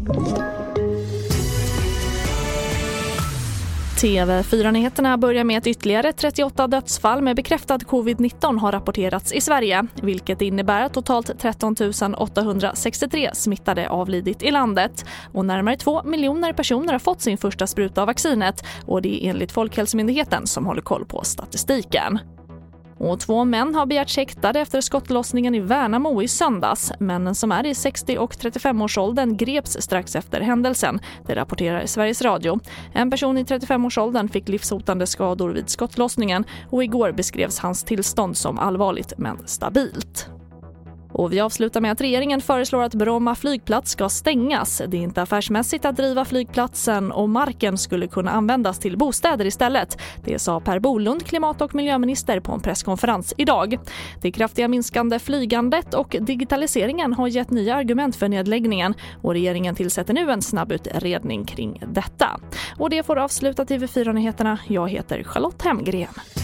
TV4-nyheterna börjar med att ytterligare 38 dödsfall med bekräftad covid-19 har rapporterats i Sverige, vilket innebär att totalt 13 863 smittade avlidit i landet. Och närmare 2 miljoner personer har fått sin första spruta av vaccinet, och det är enligt Folkhälsomyndigheten som håller koll på statistiken. Och 2 män har begärts häktade efter skottlossningen i Värnamo i söndags. Männen som är i 60- och 35-årsåldern greps strax efter händelsen. Det rapporterar Sveriges Radio. En person i 35-årsåldern fick livshotande skador vid skottlossningen, och igår beskrevs hans tillstånd som allvarligt men stabilt. Och vi avslutar med att regeringen föreslår att Bromma flygplats ska stängas. Det är inte affärsmässigt att driva flygplatsen, och marken skulle kunna användas till bostäder istället. Det sa Per Bolund, klimat- och miljöminister, på en presskonferens idag. Det kraftiga minskande flygandet och digitaliseringen har gett nya argument för nedläggningen, och regeringen tillsätter nu en snabbutredning kring detta. Och det får avsluta TV4-nyheterna. Jag heter Charlotte Hemgren.